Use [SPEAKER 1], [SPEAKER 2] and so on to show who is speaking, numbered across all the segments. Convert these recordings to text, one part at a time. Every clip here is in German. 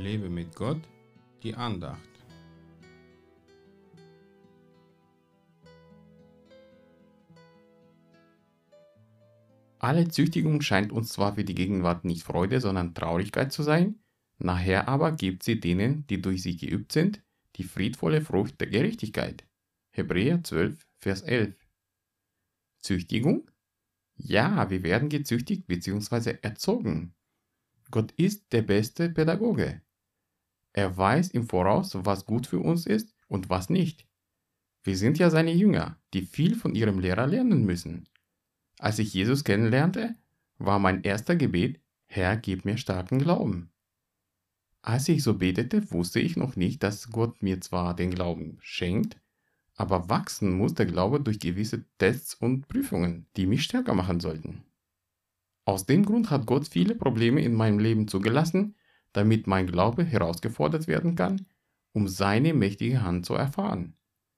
[SPEAKER 1] Lebe mit Gott, die Andacht. Alle Züchtigung scheint uns zwar für die Gegenwart nicht Freude, sondern Traurigkeit zu sein, nachher aber gibt sie denen, die durch sie geübt sind, die friedvolle Frucht der Gerechtigkeit. Hebräer 12, Vers 11. Züchtigung? Ja, wir werden gezüchtigt bzw. erzogen. Gott ist der beste Pädagoge. Er weiß im Voraus, was gut für uns ist und was nicht. Wir sind ja seine Jünger, die viel von ihrem Lehrer lernen müssen. Als ich Jesus kennenlernte, war mein erster Gebet: Herr, gib mir starken Glauben. Als ich so betete, wusste ich noch nicht, dass Gott mir zwar den Glauben schenkt, aber wachsen muss der Glaube durch gewisse Tests und Prüfungen, die mich stärker machen sollten. Aus dem Grund hat Gott viele Probleme in meinem Leben zugelassen, damit mein Glaube herausgefordert werden kann, um seine mächtige Hand zu erfahren.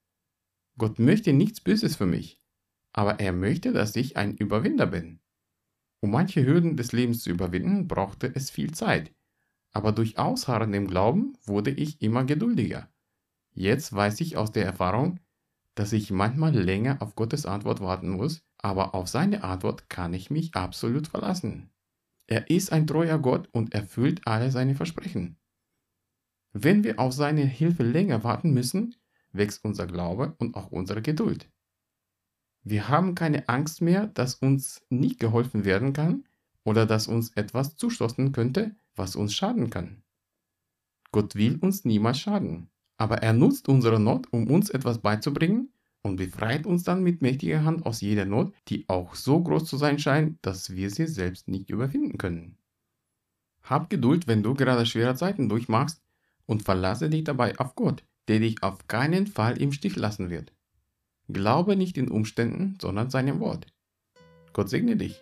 [SPEAKER 1] Gott möchte nichts Böses für mich, aber er möchte, dass ich ein Überwinder bin. Um manche Hürden des Lebens zu überwinden, brauchte es viel Zeit, aber durch Ausharren im Glauben wurde ich immer geduldiger. Jetzt weiß ich aus der Erfahrung, dass ich manchmal länger auf Gottes Antwort warten muss, aber auf seine Antwort kann ich mich absolut verlassen. Er ist ein treuer Gott und erfüllt alle seine Versprechen. Wenn wir auf seine Hilfe länger warten müssen, wächst unser Glaube und auch unsere Geduld. Wir haben keine Angst mehr, dass uns nicht geholfen werden kann oder dass uns etwas zustoßen könnte, was uns schaden kann. Gott will uns niemals schaden, aber er nutzt unsere Not, um uns etwas beizubringen und befreit uns dann mit mächtiger Hand aus jeder Not, die auch so groß zu sein scheint, dass wir sie selbst nicht überwinden können. Hab Geduld, wenn du gerade schwere Zeiten durchmachst, und verlasse dich dabei auf Gott, der dich auf keinen Fall im Stich lassen wird. Glaube nicht den Umständen, sondern seinem Wort. Gott segne dich.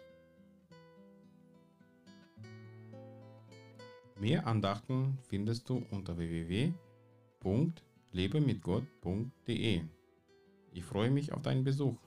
[SPEAKER 1] Mehr Andachten findest du unter www.lebemitgott.de. Ich freue mich auf deinen Besuch.